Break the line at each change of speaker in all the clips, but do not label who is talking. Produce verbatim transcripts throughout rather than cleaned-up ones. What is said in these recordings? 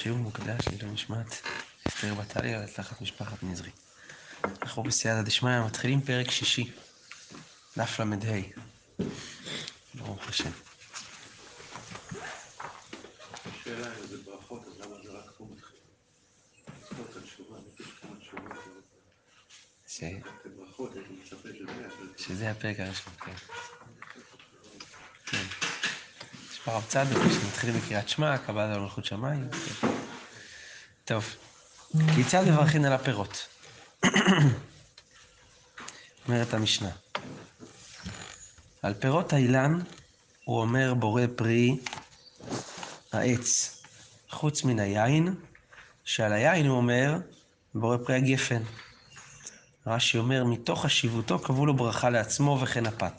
שיעור מוקדש לעילוי נשמת אסתר בת אריה תחת משפחת נזרי. אנחנו בסייעתא דשמיא מתחילים פרק שישי, דף למ"ה. ברוך השם.
השאלה אם זה ברכות, אז למה זה רק פה מתחיל? זכות התשובה, נקיש כמה תשובות.
ש...
זה ברכות, הייתי מצפה שזה...
שזה הפרק הראשון, כן. כן. יש פה רב צדוק, שמתחילים בקריאת שמע, קבלת על מלכות שמיים. טוב. כיצד מברכין על הפירות? אומרת המשנה. על פירות האילן הוא אומר בורא פרי העץ, חוץ מן היין, שעל היין הוא אומר בורא פרי הגפן. רש"י אומר מתוך חשיבותו קבעו לו ברכה לעצמו וכן הפת.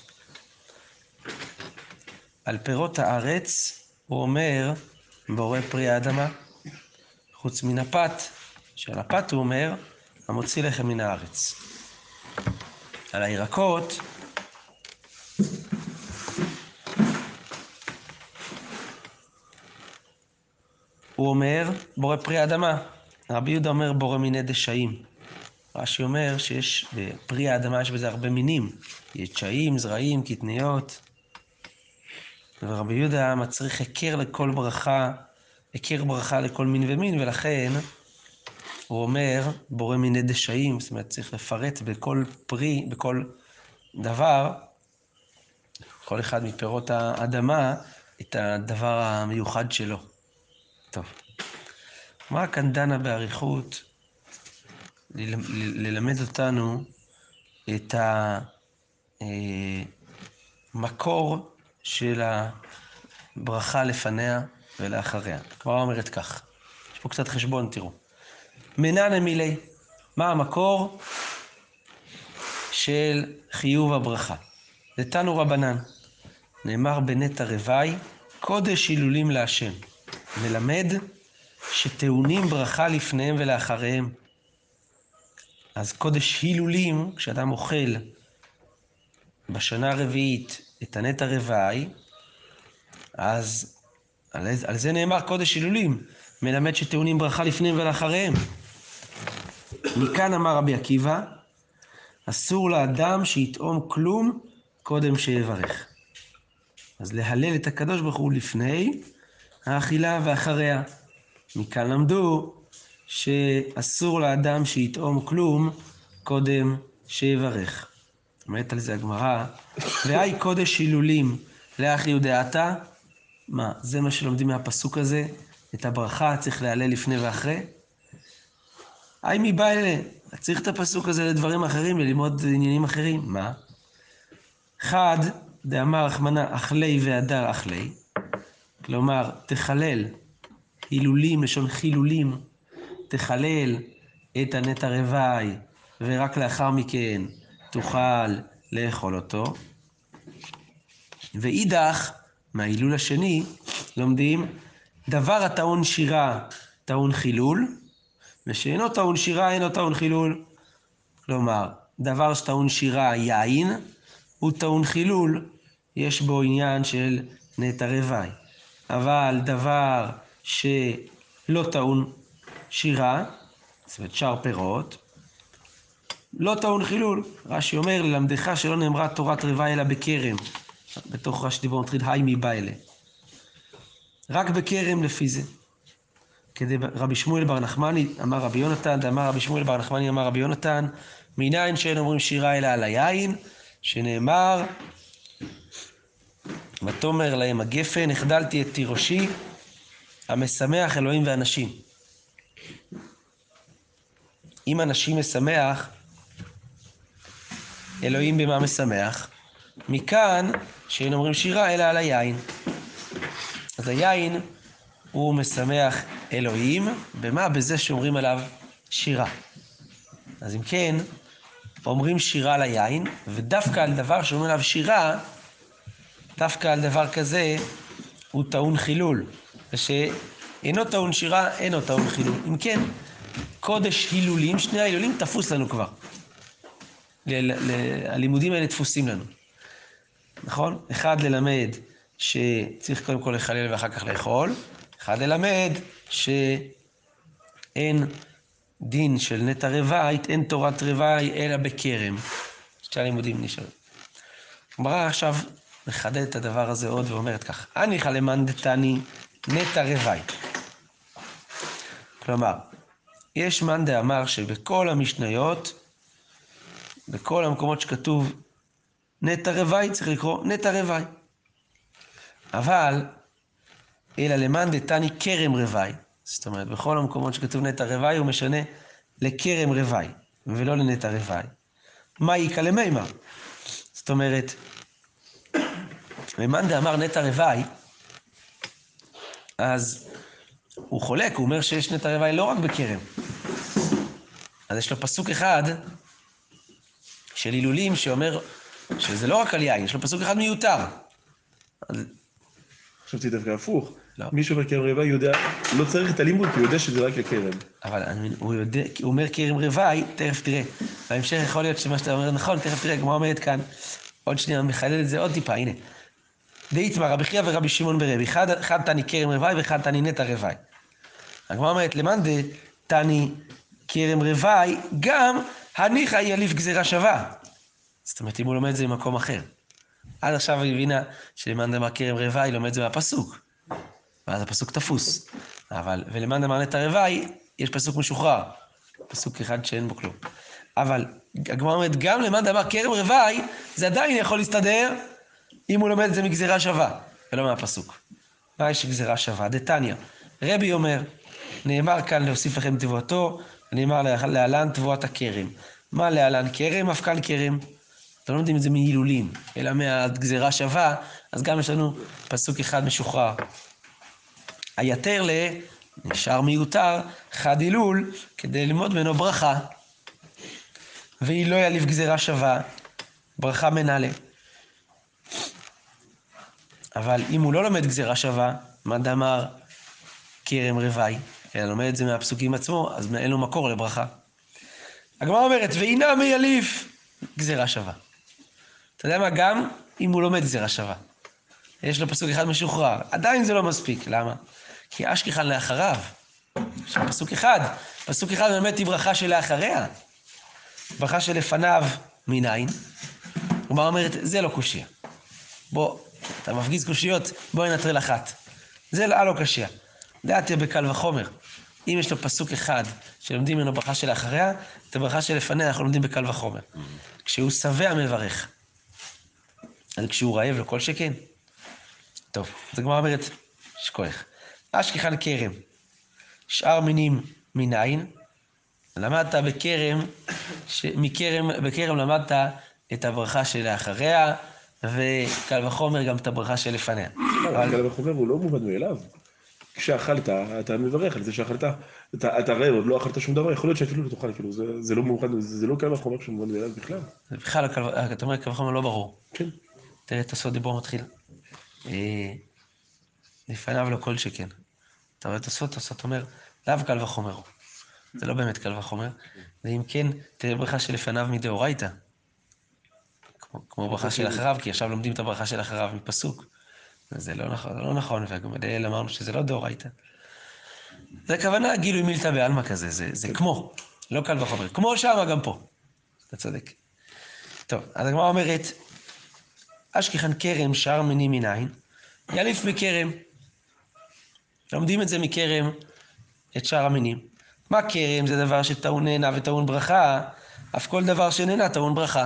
על פירות הארץ הוא אומר בורא פרי האדמה, חוץ מן הפת, שעל הפת הוא אומר המוציא לחם מן הארץ. על הירקות הוא אומר בורא פרי האדמה. רבי יהודה אומר בורא מיני דשאים. רש"י אומר שיש בפרי האדמה יש בזה הרבה מינים. יש דשאים, זרעים, קטניות. ורבי יהודה מצריך הכר לכל ברכה, הכר ברכה לכל מין ומין, ולכן הוא אומר בורא מיני דשאים. זאת אומרת צריך לפרט בכל פרי, בכל דבר, כל אחד מפירות האדמה, את הדבר המיוחד שלו. טוב. מה כאן דנה באריכות ללמד אותנו את המקור של הברכה לפניה ולאחריה. כבר אומרת כך. יש פה קצת חשבון, תראו. מננה מילי, מה המקור של חיוב הברכה? נתנו רבנן. נאמר בנטע רווי, קודש הילולים להשם. מלמד שטעונים ברכה לפניהם ולאחריהם. אז קודש הילולים, כשאדם אוכל בשנה הרביעית את הנטע רווי, אז על, על זה נאמר קודש הילולים, מלמד שטעונים ברכה לפניהם ולאחריהם. מכאן אמר רבי עקיבא, אסור לאדם שיטעום כלום קודם שיברך. אז להלל את הקדוש ברוך הוא לפני האכילה ואחריה. מכאן למדו שאסור לאדם שיטעום כלום קודם שיברך. אומרת על זה הגמרא, והי קודש הילולים לאחי יודעתה. מה, זה מה שלומדים מהפסוק הזה? את הברכה צריך להלל לפני ואחרי? היי מי בא אלה? צריך את הפסוק הזה לדברים אחרים, ללמוד עניינים אחרים. מה? אחד, דאמר רחמנא אכלי והדר אכלי. כלומר, תחלל, הילולים, לשון חילולים, תחלל את הנטע רווי, ורק לאחר מכן תוכל לאכול אותו. ואידך, מההילול השני, לומדים, דבר הטעון שירה טעון חילול, ושאינו טעון שירה אינו טעון חילול. כלומר, דבר שטעון שירה יין, הוא טעון חילול, יש בו עניין של נטע רווי. אבל דבר שלא טעון שירה, זאת אומרת שאר פירות, לא טעון חילול. רש"י אומר, ללמדך שלא נאמרה תורת רווי אלא בכרם. בתוך רש"י דיבור מתחיל, היי מי בא אלה. רק בכרם לפי זה. כדי רבי שמואל בר נחמני, אמר רבי יונתן, אמר רבי שמואל בר נחמני, אמר רבי יונתן, מניין שאין אומרים שירה אלא על היין, שנאמר, ותאמר להם הגפן, החדלתי את תירושי, המשמח אלוהים ואנשים. אם אנשים משמח, אלוהים במה משמח? מכאן שאין אומרים שירה אלא על היין. אז היין הוא משמח אלוהים, במה? בזה שאומרים עליו שירה. אז אם כן, אומרים שירה על היין, ודווקא על דבר שאומרים עליו שירה, דווקא על דבר כזה הוא טעון חילול. ושאינו טעון שירה, אינו טעון חילול. אם כן, קודש הילולים, שני ההילולים תפוס לנו כבר. הלימודים האלה תפוסים לנו. נכון? אחד ללמד שצריך קודם כל לחלל ואחר כך לאכול. אחד ללמד שאין דין של נטע רבית, אין תורת רבי, אלא בכרם. שתי הלימודים נשאר. הגמרא עכשיו מחדד את הדבר הזה עוד ואומרת כך, הניחא למאן דתני נטע רבי. כלומר, יש מאן דאמר שבכל המשניות, בכל המקומות שכתוב נטע רבי, צריך לקרוא נטע רבי. אבל, אלא למאן דתני כרם רבי. זאת אומרת, בכל המקומות שכתוב נטע רבי, הוא משנה לכרם רבי, ולא לנטע רבי. מה יקא למימר? זאת אומרת, למאן דאמר נטע רבי, אז הוא חולק, הוא אומר שיש נטע רבי לא רק בכרם. אז יש לו פסוק אחד של הילולים שאומר שזה לא רק על יין, יש לו פסוק אחד מיותר. אז...
חשבתי דווקא הפוך.
לא.
מי שאומר כרם רבי יודע, לא צריך את הלימוד, כי הוא יודע שזה רק לכרם.
אבל אני, הוא, יודע, הוא אומר כרם רבי, תכף תראה. בהמשך יכול להיות שמה שאתה אומר נכון, תכף תראה, כמו אומרת כאן, עוד שנייה, מחדד את זה עוד טיפה, הנה. דאיתמר, רבי חייא ורבי שמעון ברבי, אחד, אחד תני כרם רבי ואחד תני נטע רבי. הגמרא אומרת, למאן דתני כרם רבי, גם הניחא יליף גזירה שווה. זאת אומרת, אם הוא לומד את זה במקום אחר. עד עכשיו היא הבינה שלמאן דאמר כרם רבי, לומד את זה מהפסוק. ואז הפסוק תפוס. אבל, ולמאן דאמר נטע רבי, יש פסוק משוחרר. פסוק אחד שאין בו כלום. אבל הגמרא אומרת, גם למאן דאמר כרם רבי, זה עדיין יכול להסתדר, אם הוא לומד את זה מגזירה שווה, ולא מהפסוק. מה יש גזירה שווה? דתניא. רבי אומר, נאמר כאן להוסיף לכם תבואתו, נאמר להלן תבואת הכרם. מה להלן כרם? אף כאן כרם. אתם לא יודעים את זה מהילולים, אלא מהגזירה שווה, אז גם יש לנו פסוק אחד משוחרר. היתר ל... נשאר מיותר, חד הילול, כדי ללמוד ממנו ברכה. והיא לא יליף גזירה שווה, ברכה מנהלה. אבל אם הוא לא לומד גזירה שווה, מה דאמר כרם רבי, אלא לומד את זה מהפסוקים עצמו, אז אין לו מקור לברכה. הגמרא אומרת, ואינה מיליף גזירה שווה. אתה יודע מה? גם אם הוא לומד גזירה שווה. יש לו פסוק אחד משוחרר. עדיין זה לא מספיק. למה? כי אשכחן לאחריו. יש לו פסוק אחד. פסוק אחד באמת היא ברכה שלאחריה. ברכה שלפניו מנין. הגמרא אומרת, זה לא קושיה. בוא, אתה מפגיז קושיות, בוא ננטרל אחת. זה לא, לא קשיה. דעתי בקל וחומר. אם יש לו פסוק אחד שלומדים ממנו ברכה שלאחריה, את הברכה שלפניה אנחנו לומדים בקל וחומר. כשהוא שבע מברך. אז כשהוא רעב לכל שכן. טוב, אז הגמרא אומרת, שכוח. אשכחן כרם. שאר מינים מנין. למדת בכרם, ש... מכרם, בכרם למדת את הברכה שלאחריה, וקל וחומר גם את הברכה שלפניה.
קל וחומר הוא לא מובן מאליו. כשאכלת, אתה מברך על זה שאכלת, אתה, אתה רעב, עוד לא אכלת שום דבר, יכול להיות שאפילו לא תאכל, כאילו, זה, זה לא מובן, זה, זה לא קל וחומר שמובן מאליו בכלל.
זה בכלל, אתה אומר, קל וחומר לא ברור.
כן.
תראה את הסוד דיבור מתחיל. לפניו לא כל שכן. אתה רואה את הסוד, הסוד אומר, לאו קל וחומר. זה לא באמת קל וחומר. ואם כן, תראה ברכה שלפניו מדאורייתא. כמו, כמו ברכה של אחריו, כי עכשיו לומדים את הברכה של אחריו מפסוק. זה לא נכון, זה לא נכון, וגם בדייל אמרנו שזה לא דאורייתא. זה הכוונה, גילוי מילתא בעלמא כזה, זה, זה כמו, לא קל וחומר. כמו שם, גם פה. אתה צודק. טוב, אז הגמרא אומרת, אשכחן כרם שאר מינים מנין, יליף מכרם. לומדים את זה מכרם, את שאר המינים. מה כרם? זה דבר שטעון נהנה וטעון ברכה, אף כל דבר שנהנה טעון ברכה.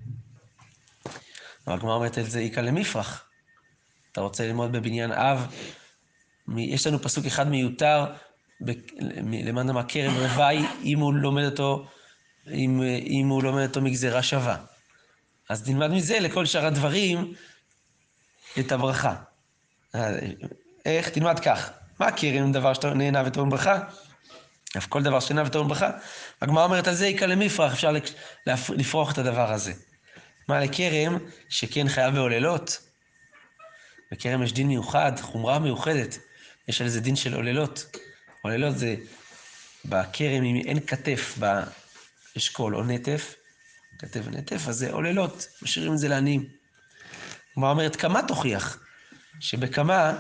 הגמרא אומרת על זה איקא למפרח. אתה רוצה ללמוד בבניין אב, יש לנו פסוק אחד מיותר, למאן דאמר כרם רבי, אם הוא לומד אותו, אם, אם הוא לומד אותו מגזירה שווה. אז נלמד מזה לכל שאר הדברים את הברכה. איך? תלמד כך. מה כרם דבר שאתה נהנה וטעון ברכה? אף כל דבר שנהנה וטעון ברכה. הגמרא אומרת על זה איקא למפרח, אפשר לפרוח את הדבר הזה. מה לכרם שכן חייב בעוללות? בכרם יש דין מיוחד, חומרה מיוחדת. יש על זה דין של עוללות. עוללות זה בכרם, אם אין כתף באשכול או נטף, כתף ונטף, אז זה עוללות, משאירים את זה לעניים. כלומר אומרת, כמה תוכיח? שבכמה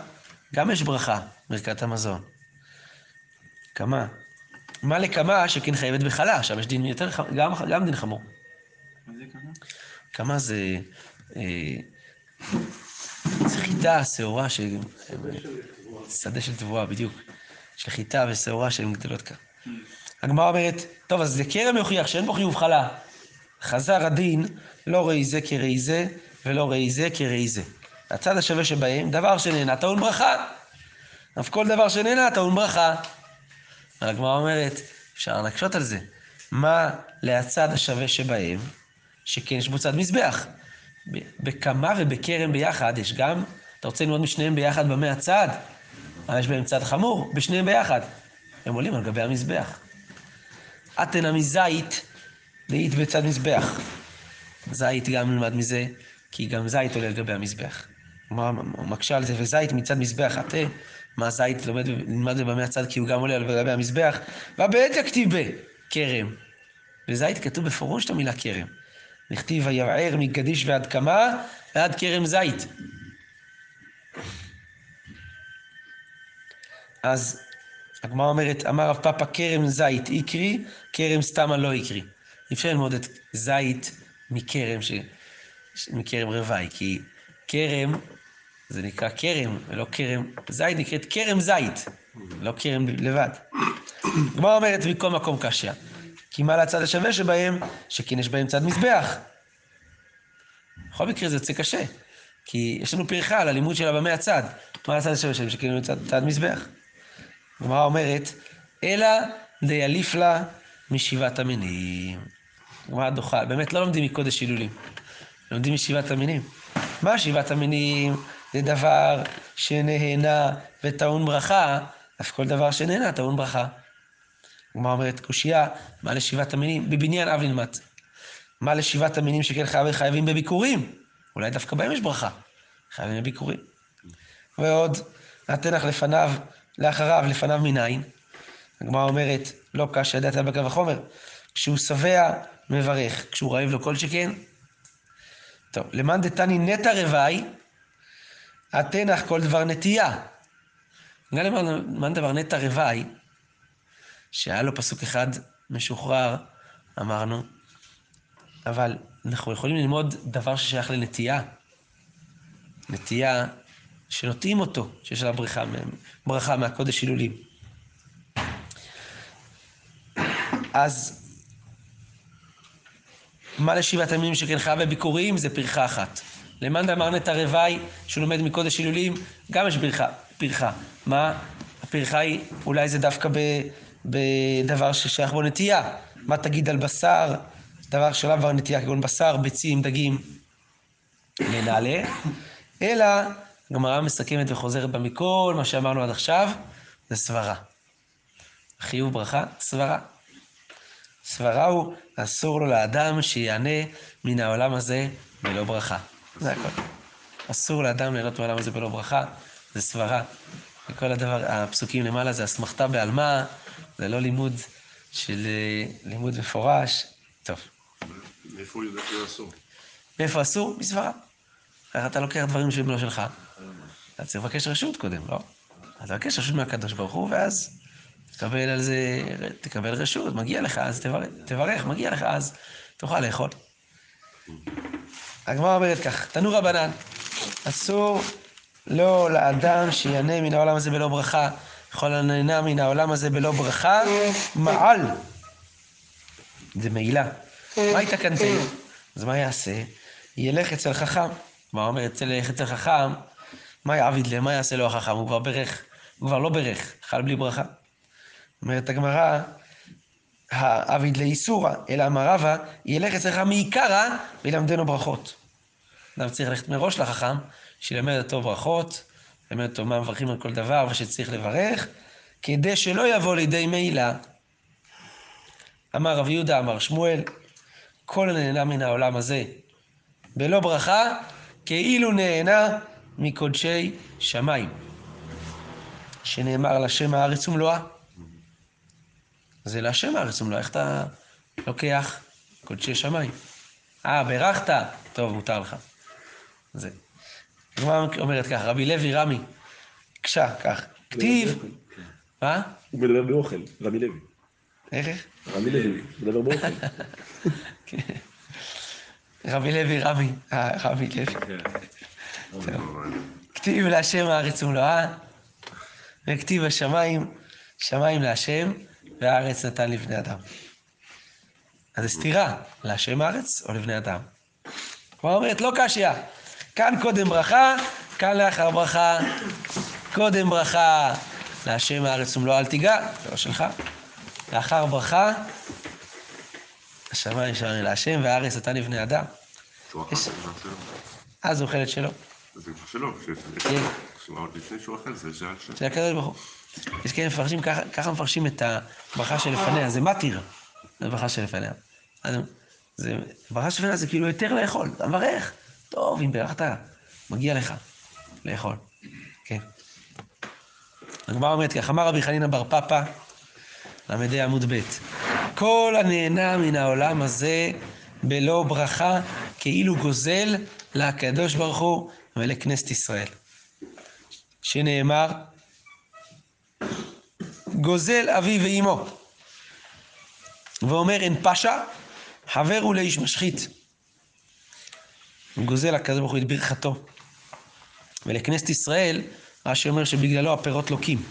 גם יש ברכה, ברכת המזון. כמה. מה לכמה שכן חייבת בחלה, שם יש דין יותר, ח- גם, גם דין חמור.
מה זה כמה?
כמה זה... אה, זה חיטה, שעורה, ש... שדה של תבואה, בדיוק. של חיטה ושעורה שהן גדלות כאן. הגמרא אומרת, טוב, אז זה כרם יוכיח שאין בו חיוב חלה. חזר הדין, לא ראי זה כראי זה, ולא ראי זה כראי זה. הצד השווה שבהם, דבר שנהנה טעון ברכה. אף כל דבר שנהנה טעון ברכה. הגמרא אומרת, אפשר להקשות על זה. מה להצד השווה שבהם, שכן יש בו צד מזבח. ב- בכמה ובכרם ביחד יש גם, אתה רוצה ללמוד משניהם ביחד במה הצד? אבל יש בהם צד חמור, בשניהם ביחד. הם עולים על גבי המזבח. אתנה מזית, דאית בצד מזבח. זית גם נלמד מזה, כי גם זית עולה על גבי המזבח. הוא מקשה על זה, וזית מצד מזבח עתה, מה זית לומד, נלמד במה הצד, כי הוא גם עולה על גבי המזבח. ובעת יכתיב ב, כרם. וזית כתוב בפרוש את המילה כרם. נכתיב ויבער מגדיש ועד קמה, ועד כרם זית. אז הגמרא אומרת, אמר רב פאפא כרם זית יקרי, כרם סתמה לא יקרי. אפשר ללמוד את זית מכרם, ש... מכרם רווי, כי כרם זה נקרא כרם, ולא כרם, זית נקראת כרם זית, לא כרם לבד. הגמרא אומרת, מכל מקום קשיא, כי מה לצד השווה שבהם, שכן יש בהם צד מזבח. בכל מקרה זה יוצא קשה, כי יש לנו פרחה על הלימוד שלה במה הצד. מה לצד השווה שבהם, שכן יש צד, צד מזבח. הגמרא אומרת, אלא דיליף לה משבעת המינים. הגמרא דוחה, באמת לא לומדים מקודש הילולים, לומדים משבעת המינים. מה שבעת המינים? זה דבר שנהנה וטעון ברכה, אף כל דבר שנהנה טעון ברכה. הגמרא אומרת, קושייה, מה לשבעת המינים? בבניין אב נלמד. מה לשבעת המינים שכן חייב, חייבים בביקורים? אולי דווקא בהם יש ברכה. חייבים בביקורים. ועוד, נתנך לפניו, לאחריו, לפניו מניין. הגמרא אומרת, לא קש ידעת בקו החומר. כשהוא שבע, מברך. כשהוא רעב לו כל שכן. טוב, למאן דתני נטע רווי, התנך כל דבר נטייה. גם למאן דבר נטע רווי, שהיה לו פסוק אחד משוחרר, אמרנו, אבל אנחנו יכולים ללמוד דבר ששייך לנטייה. נטייה שנוטעים אותו, שיש לה ברכה, ברכה מהקודש הילולים. אז מה לשבעת המינים שכן חייב בביקורים? זה פרחה אחת. למאן דאמר נטע רווי, שהוא לומד מקודש הילולים, גם יש פרחה. פרחה. מה? הפרחה היא, אולי זה דווקא ב, בדבר ששייך בו נטייה. מה תגיד על בשר? דבר שלא עבר נטייה, כגון בשר, ביצים, דגים, לנעלה. אלא, גמרא מסכמת וחוזרת בה מכל מה שאמרנו עד עכשיו, זה סברה. חיוב ברכה, סברה. סברה הוא, אסור לו לאדם שיענה מן העולם הזה בלא ברכה. זה הכל. אסור לאדם ליהנות מהעולם הזה בלא ברכה, זה סברה. וכל הדבר, הפסוקים למעלה זה אסמכתה בעלמא, זה לא לימוד של לימוד מפורש. טוב.
מאיפה הוא יודע שזה אסור?
מאיפה אסור? מסברה. איך אתה לוקח דברים שהם לא שלך? אתה צריך לבקש רשות קודם, לא? אתה לבקש רשות מהקדוש ברוך הוא, ואז תקבל על זה, תקבל רשות, מגיע לך, אז תברך, תברך, מגיע לך, אז תוכל לאכול. הגמרא אומרת כך, תנו רבנן, אסור לא לאדם שיענה מן העולם הזה בלא ברכה, יכול לנהנה מן העולם הזה בלא ברכה, מעל. זה מעילה. מה הייתה כאן תהיה? אז מה יעשה? ילך אצל חכם. מה אומר, ילך אצל חכם, מה יעביד לה? מה יעשה לו החכם? הוא כבר ברך, הוא כבר לא ברך, חל בלי ברכה. אומרת הגמרא, העביד לאיסורה, אלא אמר רבא, ילך אצלך מעיקרא וילמדנו ברכות. אדם צריך ללכת מראש לחכם, שילמד אותו ברכות, ללמד אותו מה מברכים על כל דבר ושצריך לברך, כדי שלא יבוא לידי מעילה. אמר רב יהודה, אמר שמואל, כל הנהנה מן העולם הזה בלא ברכה, כאילו נהנה מקודשי שמיים. שנאמר לשם הארץ ומלואה. זה להשם הארץ ומלואה, איך אתה לוקח קודשי שמיים? אה, ברכת? טוב, מותר לך. זה. הגמרא אומרת ככה, רבי לוי רמי, בבקשה, כך. כתיב. מה?
הוא מדבר באוכל, רמי לוי.
איך איך?
רמי לוי, מדבר באוכל.
רבי לוי, רמי. אה, רמי לוי. כתיב להשם הארץ ומלואה, וכתיב השמיים, שמיים להשם, והארץ נתן לבני אדם. אז זה סתירה, להשם הארץ או לבני אדם. כמו אומרת, לא קשיא. כאן קודם ברכה, כאן לאחר ברכה. קודם ברכה, להשם הארץ ומלואה אל תיגע, זה לא שלך. לאחר ברכה, השמיים שמיים להשם, והארץ נתן לבני אדם.
שהוא אכל, זה כבר שלו.
אז זה אוכלת שלו.
זה כבר שלו,
כן.
שעוד לפני שהוא אכל, זה שעל שם.
זה הקדוש ברוך הוא. יש כאלה מפרשים, ככה, ככה מפרשים את הברכה שלפניה, זה מתיר, זה ברכה שלפניה. אז זה, ברכה שלפניה זה כאילו יותר לאכול, אתה מברך, טוב, אם ברכת, מגיע לך לאכול, כן. הגמרא אומרת כך, אמר רבי חנינא בר פפא, למדי עמוד ב', כל הנהנה מן העולם הזה בלא ברכה, כאילו גוזל לקדוש ברוך הוא ולכנסת ישראל. שנאמר, גוזל אבי ואימו, ואומר אין פשע, חבר הוא לאיש משחית. גוזל הקדוש ברוך הוא את ברכתו. ולכנסת ישראל, רש"י אומר שבגללו הפירות לוקים.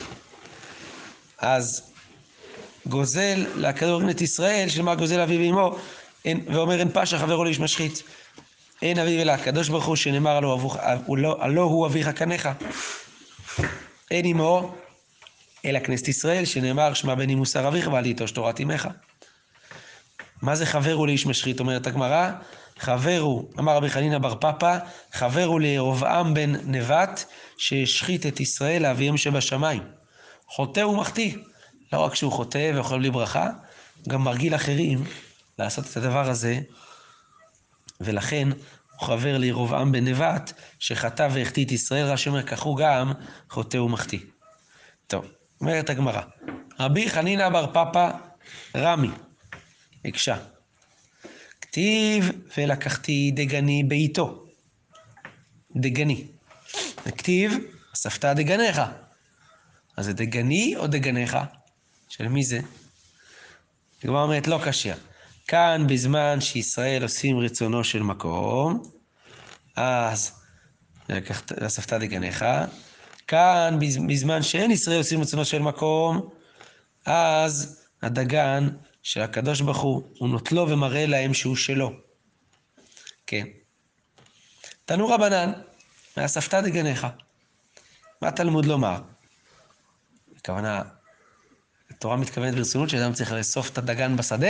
אז גוזל לקדוש ברוך הוא את ישראל, שנאמר גוזל אבי ואימו, אין, ואומר אין פשע, חבר הוא לאיש משחית. אין אבי אלא הקדוש ברוך הוא, שנאמר הלא הוא אביך קניך. אין אמו אלא כנסת ישראל, שנאמר שמע בני מוסר אביך ואל תיטוש תורת אמך. מה זה חבר הוא לאיש משחית? אומרת הגמרא, חבר הוא, אמר רבי חנינא בר פפא, חבר הוא לירבעם בן נבט, שהשחית את ישראל לאביהם שבשמיים. חוטא ומחטיא. לא רק שהוא חוטא ואוכל בלי ברכה, גם מרגיל אחרים לעשות את הדבר הזה, ולכן הוא חבר לירבעם בן נבט, שחטא והחטיא את ישראל, רש"י אומר, כך הוא גם חוטא ומחטיא. טוב, אומרת הגמרא, רבי חנינא בר פפא רמי, הקשה, כתיב ולקחתי דגני בעיתו, דגני, וכתיב אספת דגניך, אז זה דגני או דגניך? של מי זה? הגמרא אומרת לא קשיא, כאן בזמן שישראל עושים רצונו של מקום, אז אספת דגניך, כאן בזמן שאין ישראל עושים רצונו של מקום, אז הדגן של הקדוש ברוך הוא, הוא נוטלו ומראה להם שהוא שלו. כן. תנו רבנן, ואספת דגניך. מה תלמוד לומר? הכוונה, התורה מתכוונת ברצינות שאדם צריך לאסוף את הדגן בשדה?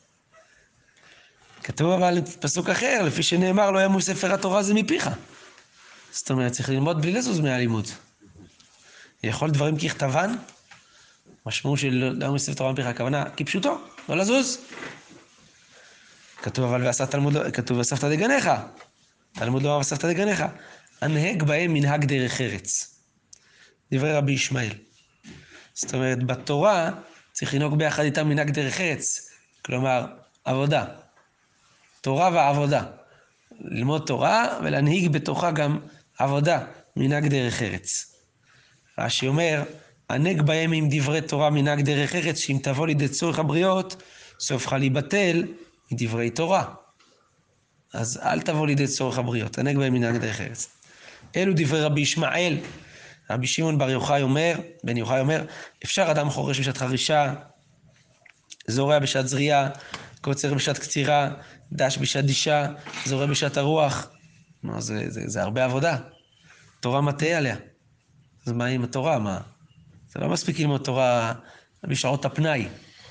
כתוב אבל פסוק אחר, לפי שנאמר לא ימוש ספר התורה זה מפיך. זאת אומרת, צריך ללמוד בלי לזוז מהלימוד. יכול דברים ככתבן? משמעות של לא ימוש ספר התורה מפיך, הכוונה כפשוטו, לא לזוז. כתוב אבל ואספת תלמוד, כתוב ואספת דגניך. תלמוד לומר ואספת דגניך. הנהג בהם מנהג דרך ארץ. דברי רבי ישמעאל. זאת אומרת, בתורה צריך לנהוג ביחד איתם מנהג דרך ארץ. כלומר, עבודה. תורה ועבודה. ללמוד תורה ולהנהיג בתוכה גם עבודה, מנהג דרך ארץ. רש"י אומר, הנהג בהם עם דברי תורה מנהג דרך ארץ, שאם תבוא לידי צורך הבריות, סופך להיבטל מדברי תורה. אז אל תבוא לידי צורך הבריות, הנהג בהם מנהג דרך ארץ. אלו דברי רבי ישמעאל. רבי שמעון בר יוחאי אומר, בן יוחאי אומר, אפשר אדם חורש בשעת חרישה, זורע בשעת זריעה, קוצר בשעת קצירה, דש בשעת דישה, זורע בשעת הרוח. לא, זה, זה, זה הרבה עבודה. תורה מטעה עליה. אז מה עם התורה? מה? זה לא מספיק ללמוד תורה בשעות הפנאי.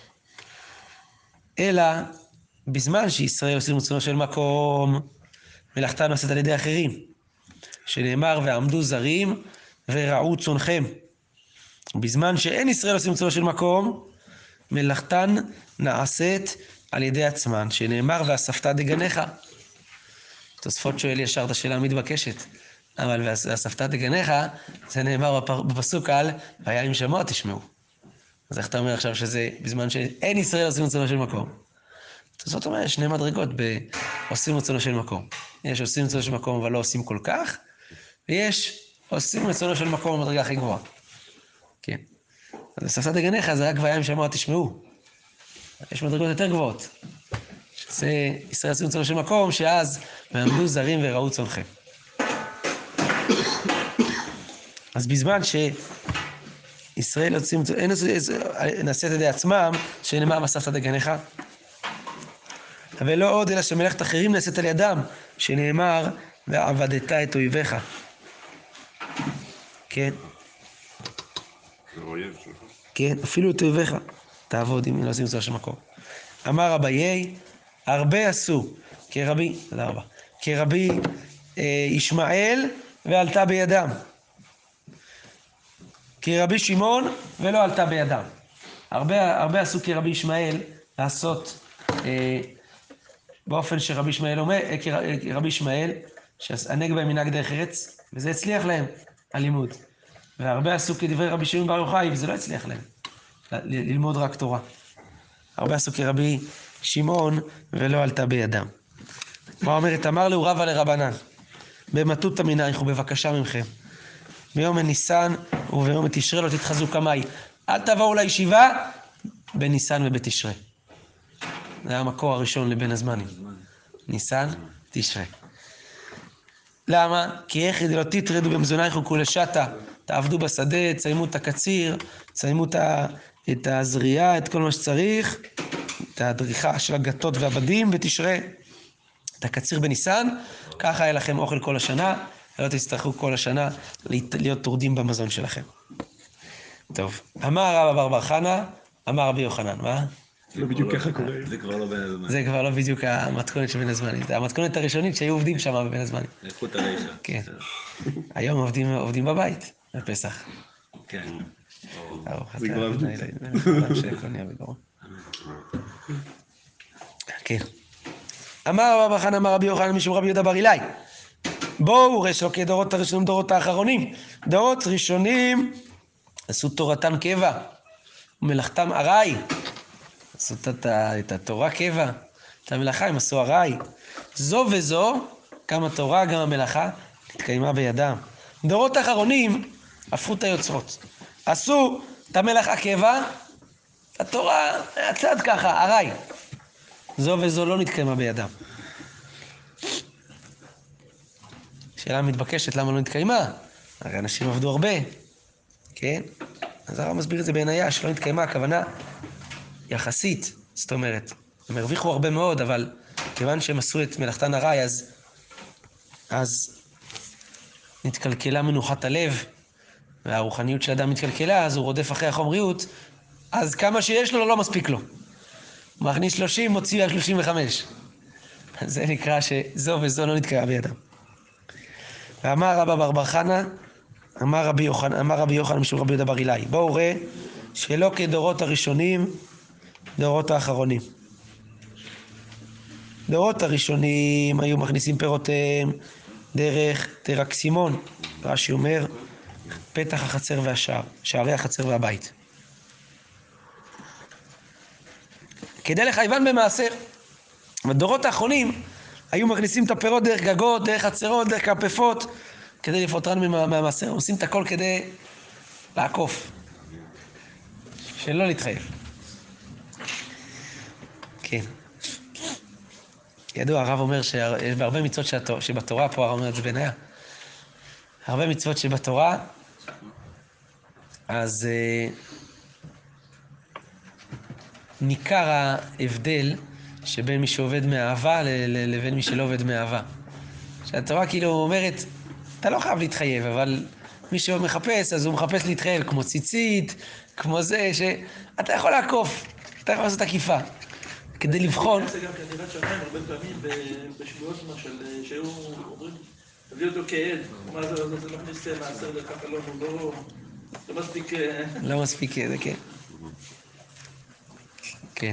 אלא, בזמן שישראל עושים רצונו של מקום, מלאכתה נעשית על ידי אחרים. שנאמר, ועמדו זרים ורעו צונכם. בזמן שאין ישראל עושים רצונו של מקום, מלאכתן נעשית על ידי עצמן, שנאמר ואספת דגניך. תוספות שואל ישר את השאלה המתבקשת, אבל ואספת דגניך, זה נאמר בפסוק על, והיה עם שמוע תשמעו. אז איך אתה אומר עכשיו שזה בזמן שאין ישראל עושים רצונו של מקום? זאת אומרת, יש שני מדרגות בעושים רצונו של מקום. יש עושים רצונו של מקום אבל לא עושים כל כך, ויש עושים רצונו של מקום במדרגה הכי גבוהה. כן. אז בספסא דגניך זה רק וים שאמר, תשמעו. יש מדרגות יותר גבוהות. שזה ישראל עושים רצונו של מקום, שאז ועמדו זרים וראו צונכם. אז בזמן שישראל יוצאים, נעשה את ידי עצמם, שנאמר בספסא דגניך, אבל לא עוד, אלא שמלאכת אחרים נעשית על ידם, שנאמר, ועבדת את אויביך. כן.
זה אויב שלך.
כן, אפילו את אויביך, תעבוד אם לא עושים רצונו של מקום. אמר רביי, הרבה עשו, כרבי, תודה רבה, כרבי אה, ישמעאל, ועלתה בידם. כרבי שמעון, ולא עלתה בידם. הרבה, הרבה עשו כרבי ישמעאל, לעשות אה, באופן שרבי ישמעאל אומר, אה, כרבי ישמעאל, שהנהג בהם מנהג דרך ארץ, וזה הצליח להם, הלימוד. והרבה עשו כדברי רבי שמעון בר יוחאי, וזה לא הצליח להם, ל- ללמוד רק תורה. הרבה עשו כרבי שמעון, ולא עלתה בידם. מה אומרת? אמר לו רבא לרבנן, במטותא מנייך ובבקשה ממכם, ביום ניסן וביום תשרי לא תתחזו קמאי. אל תבואו לישיבה בניסן ובתשרי. זה המקור הראשון לבין הזמנים. ניסן, תשרי. למה? כי איך לא תטרדו במזונייך וכולי שטה, תעבדו בשדה, תסיימו את הקציר, תסיימו את הזריעה, את כל מה שצריך, את הדריכה של הגתות והבדים, ותשרה את הקציר בניסן, ככה יהיה לכם אוכל כל השנה, ולא תצטרכו כל השנה להיות טורדים במזון שלכם. טוב, אמר רבא בר בר חנא, אמר רבי יוחנן, מה?
לא בדיוק ככה קורה.
זה כבר לא בין הזמנים.
זה כבר לא בדיוק המתכונת של בין הזמנים, זה המתכונת הראשונית שהיו עובדים שם בבין הזמנים.
איכות הרישה.
כן. היום עובדים, עובדים בבית, בפסח.
כן.
זה כבר עבדות.
כן. אמר רבא בר חנא, אמר רבי יוחנן משום רבי יהודה בר אילאי, בואו ראה שלא כדורות הראשונים דורות האחרונים. דורות ראשונים עשו תורתם קבע, ומלאכתם ארעי. עשו את התורה קבע, את המלאכה הם עשו ארעי. זו וזו, גם התורה, גם המלאכה, התקיימה בידם. דורות האחרונים הפכו את היוצרות. עשו את המלאכה קבע, התורה הצד ככה, ארעי. זו וזו לא נתקיימה בידם. שאלה מתבקשת, למה לא נתקיימה? הרי אנשים עבדו הרבה, כן? אז הרב מסביר את זה בעינייה, שלא נתקיימה, הכוונה יחסית, זאת אומרת, הם הרוויחו הרבה מאוד, אבל כיוון שהם עשו את מלאכתן ארעי, אז, אז נתקלקלה מנוחת הלב, והרוחניות של האדם מתקלקלה, אז הוא רודף אחרי החומריות, אז כמה שיש לו, לא מספיק לו. הוא מכניס שלושים, מוציא על שלושים וחמש. זה נקרא שזו וזו לא נתקיימה בידם. ואמר רבא בר בר חנא, אמר רבי יוחנן, אמר רבי יוחנן משום רבי יהודה בר אילאי, בואו ראה שלא כדורות הראשונים, דורות האחרונים. דורות הראשונים היו מכניסים פירותיהם דרך תרקסימון, רש"י אומר, פתח החצר והשער, שערי החצר והבית. כדי לחייבן במעשר. בדורות האחרונים היו מכניסים את הפירות דרך גגות, דרך חצרות, דרך כרפפות, כדי לפוטרן מהמעשר. עושים את הכל כדי לעקוף, שלא להתחייב. כן. ידוע, הרב אומר שיש בהרבה מצוות שבתורה, פה הרב אומר את זה בעינייה, הרבה מצוות שבתורה, אז uh, ניכר ההבדל שבין מי שעובד מאהבה לבין מי שלא עובד מאהבה. שהתורה כאילו אומרת, אתה לא חייב להתחייב, אבל מי שמחפש, אז הוא מחפש להתחייב, כמו ציצית, כמו זה, שאתה יכול לעקוף, אתה יכול לעשות עקיפה. כדי לבחון.
זה גם כנראה שמיים הרבה פעמים בשבועות למשל, שהיו אומרים, תביא אותו כעד, מה זה, זה לא מכניס מעשר דרך החלום, הוא לא מספיק...
לא מספיק, זה כן. כן.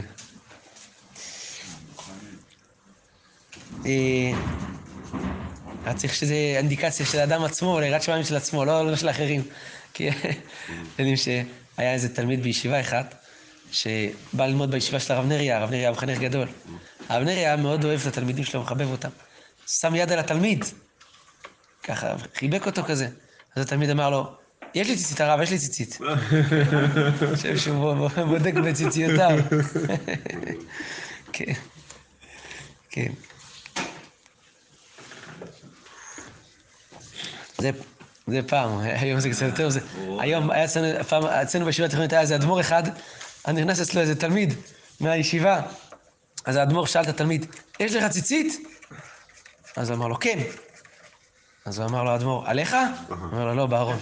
צריך שזה אינדיקציה של האדם עצמו, ליראת שמיים של עצמו, לא של האחרים. כי יודעים שהיה איזה תלמיד בישיבה אחד, שבא ללמוד בישיבה של הרב נריה, הרב נריה היה מחנך גדול. הרב נריה היה מאוד אוהב את התלמידים שלו, מחבב אותם. שם יד על התלמיד, ככה, חיבק אותו כזה. אז התלמיד אמר לו, יש לי ציצית הרב, יש לי ציצית. אני חושב שהוא בודק בציציותיו. כן, כן. זה, זה פעם, היום זה קצת יותר, זה, היום היה אצלנו, פעם, אצלנו בישיבה התיכונית היה איזה אדמו"ר אחד, אני נכנס אצלו איזה תלמיד מהישיבה, אז האדמו"ר שאל את התלמיד, יש לך ציצית? אז הוא אמר לו, כן. אז הוא אמר לו, האדמו"ר, עליך? הוא אמר לו, לא, בארון.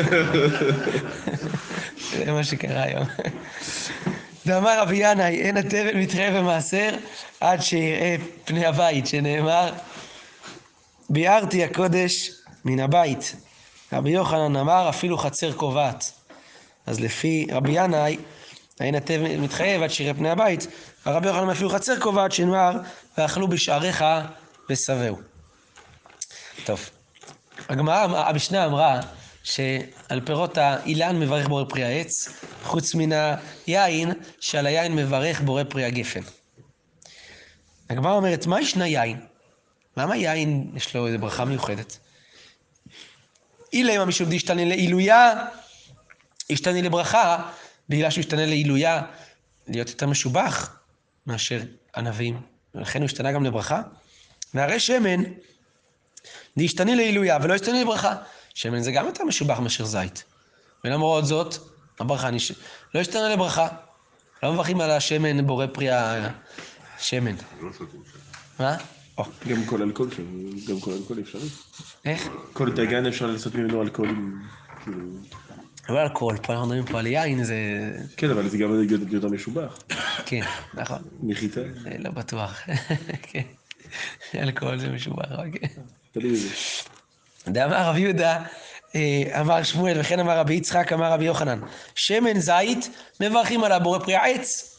זה מה שקרה היום. ואמר רבי ינאי, אין התבל מתראה במעשר עד שיראה פני הבית, שנאמר, ביארתי הקודש מן הבית. רבי יוחנן אמר, אפילו חצר קובעת. אז לפי רבי ינאי, אין התבל מתחייב עד שיראה פני הבית, הרבי יוחנן אפילו חצר קובעת, שנאמר, ואכלו בשעריך ושבעו. טוב. הגמרא, המשנה אמרה שעל פירות האילן מברך בורא פרי העץ, חוץ מן היין שעל היין מברך בורא פרי הגפן. הגמרא אומרת, מה ישנה יין? למה יין יש לו איזו ברכה מיוחדת? אילמה משום דשתנה לעילויה, ישתנה לברכה, בגלל שהוא ישתנה לעילויה, להיות יותר משובח מאשר ענבים, ולכן הוא ישתנה גם לברכה. והרי שמן, להשתנה לעילויה ולא ישתנה לברכה. שמן זה גם יותר משובח מאשר זית. ולמרות זאת, הברכה נש... לא ישתנה לברכה. לא מברכים על השמן בורא פרי השמן.
לא שותים שם.
מה?
גם כל אלכוהול, גם כל אלכוהול אפשרי.
איך?
כל דגן אפשר לעשות ממנו אלכוהולים, כאילו...
לא אלכוהול, פה אנחנו מדברים פה על יין, זה...
כן, אבל זה גם יותר משובח.
כן, נכון.
מחיטה.
לא בטוח. כן. אלכוהול זה משובח, כן.
תלוי בזה.
דאמר רבי יהודה, אמר שמואל, וכן אמר רבי יצחק, אמר רבי יוחנן, שמן זית מברכים עליו בורא פרי העץ.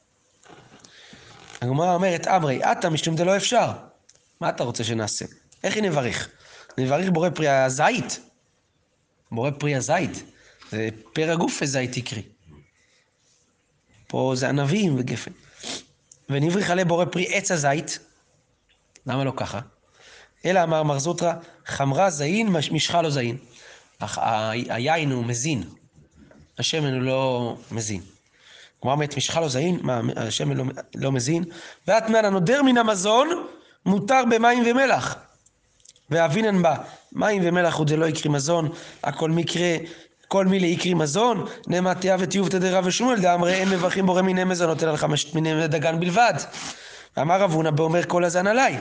הגמרא אומרת, אמרי, אתה משום דלא אפשר. מה אתה רוצה שנעשה? איך היא נברך? נברך בורא פרי הזית. בורא פרי הזית. זה פר הגוף הזית יקרי. פה זה ענבים וגפן. ונברך עליה בורא פרי עץ הזית. למה לא ככה? אלא אמר מר זוטרא, חמרה זין, משחה לא זין. היין הוא מזין. השמן הוא לא מזין. כמו אומרת, משחה לא זין, מה, השמן לא, לא מזין. ואתנן הנודר מן המזון, מותר במים ומלח. ואבינן בה, מים ומלח הוא זה לא יקרי מזון, הכל מקרה, כל מילי יקרי מזון, נאמר תיה וטיוב תדרה ושמואל, דאמרי אין מברכים בורא מיני מזונות, אלא לחמשת מיני דגן בלבד. ואמר רב הונא באומר כל הזן עליי.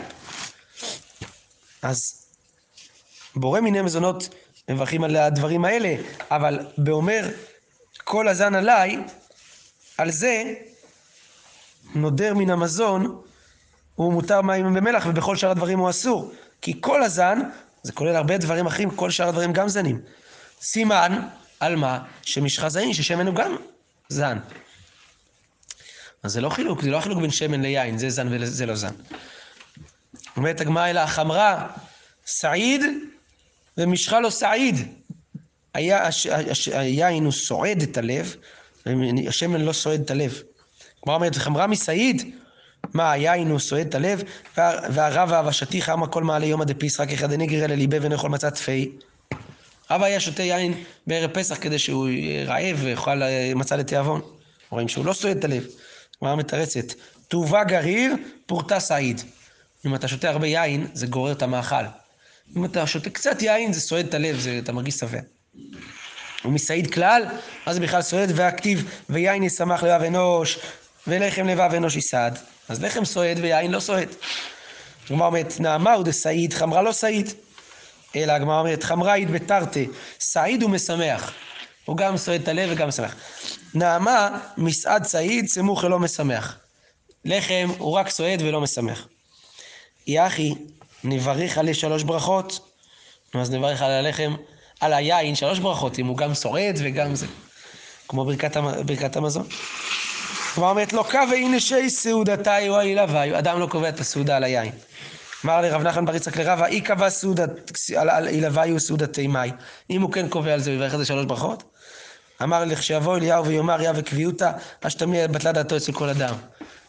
אז בורא מיני מזונות מברכים על הדברים האלה, אבל באומר כל הזן עליי, על זה נודר מן המזון הוא מותר מים ומלח, ובכל שאר הדברים הוא אסור. כי כל הזן, זה כולל הרבה דברים אחרים, כל שאר הדברים גם זנים. סימן על מה? שמשחה זין, ששמן הוא גם זן. אז זה לא חילוק, זה לא חילוק בין שמן ליין, זה זן וזה לא זן. אומרת הגמרא אלא החמרה, סעיד ומשחה לא סעיד. היין הוא סועד את הלב, השמן לא סועד את הלב. כמו אומרת, חמרה מסעיד, מה, היין הוא סועד את הלב, והרב והשטיח אמה כל מעלה יומא דפיס, רק אחד נגר אלה ליבה ונאכול מצה תפי. רב היה שותה יין בערב פסח כדי שהוא רעב ויאכל מצה לתיאבון. רואים שהוא לא סועד את הלב. גמרא מתרצת, טובה גריר, פורטה סעיד. אם אתה שותה הרבה יין, זה גורר את המאכל. אם אתה שותה קצת יין, זה סועד את הלב, זה, אתה מרגיש שבע. ומסעיד כלל, אז זה בכלל סועד, והכתיב, ויין ישמח לבב אנוש, ולחם לבב אנוש יסעד. אז לחם סועד ויין לא סועד. הגמרא אומרת, נעמה הוא דסעיד, חמרה לא סעיד. אלא הגמרא אומרת, חמרה היא בתרתי, סעיד הוא משמח. הוא גם סועד את הלב וגם משמח. נעמה, מסעד סעיד, סמוך ולא משמח. לחם הוא רק סועד ולא משמח. יחי, נברך עלי שלוש ברכות. אז נברך על הלחם, על היין שלוש ברכות, אם הוא גם סועד וגם זה. כמו ברכת, ברכת המזון. כלומר אומרת, לא קווה הנה שי סעודתי או אילביו, אדם לא קובע את הסעודה על היין. אמר לרב נחמן בר יצחק לרבה, אי קבע סעודת, על אילביו סעודתי מאי. אם הוא כן קובע על זה, הוא יברך על זה שלוש ברכות. אמר לך שיבוא אליהו ויאמר יה וקביעותה, אשתמי בטלה דעתו אצל כל אדם.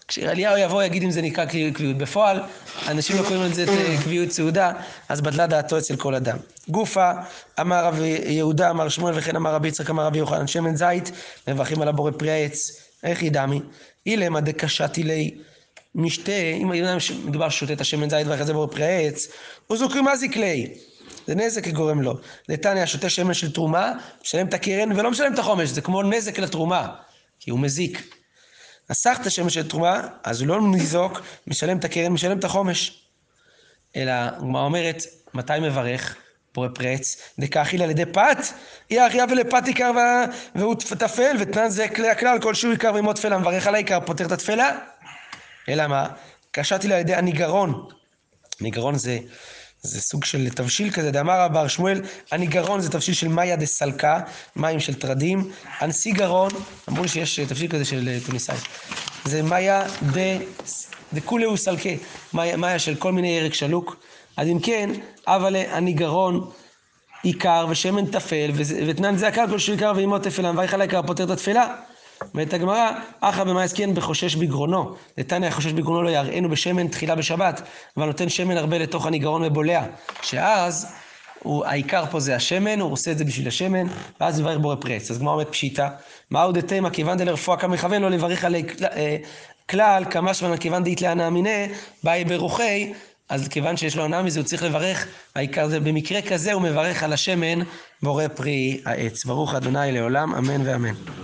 כשאליהו יבוא יגיד אם זה נקרא קביעות. בפועל, אנשים לא קוראים לזה קביעות סעודה, אז בטלה דעתו אצל כל אדם. גופה, אמר רב יהודה, אמר שמואל, וכן אמר רבי יצחק, אמר רבי יוחנן, שמן זית, מברכים על הבורא פרי העץ. איך ידעמי? אילמה דקשתי לי משתה, אם מדובר שותה את השמן זית ואחרי זה בורא פרי העץ, הוא זוכרי מה זיק לי? זה נזק גורם לו. נתניה, שותה שמן של תרומה, משלם את הקרן ולא משלם את החומש, זה כמו נזק לתרומה, כי הוא מזיק. נסח את השמן של תרומה, אז הוא לא ניזוק, משלם את הקרן, משלם את החומש. אלא, מה אומרת, מתי מברך? בורא פרי עץ, דקאכיל על ידי פת, אי אחיה ולפת עיקר והוא תפל, ותנן זה כלי הכלל, כל שהוא עיקר ועמו תפלה, מברך על העיקר, פותר את התפלה. אלא מה? קשתי לה על ידי הניגרון. ניגרון זה, זה סוג של תבשיל כזה, דאמר רב שמואל, הניגרון זה תבשיל של מאיה דסלקה, מים של טרדים, הנסיגרון, אמרו לי שיש תבשיל כזה של תוניסאי, זה מאיה דקולהו סלקה, מאיה של כל מיני ירק שלוק, אז אם כן, אבל הניגרון עיקר ושמן תפל, ותנן זה הקל כל שהוא עיקר ואימו תפלה, מברך על העיקר פותר את התפלה. ואת הגמרא, אחא במה עסקין בחושש בגרונו, נתניה חושש בגרונו לא יראינו בשמן תחילה בשבת, אבל נותן שמן הרבה לתוך הניגרון ובולע, שאז הוא, העיקר פה זה השמן, הוא עושה את זה בשביל השמן, ואז מברך בורא פרי עץ. אז גמרא אומרת פשיטא, מהו דתימה כיוון דלרפואה כמכוון לו לברך על כלל, כמשמע כיוון דאית להנא אמיניה, באי ברוחי, אז כיוון שיש לו הנאה מזה, הוא צריך לברך, העיקר זה במקרה כזה הוא מברך על השמן בורא פרי העץ. ברוך ה' לעולם, אמן ואמן.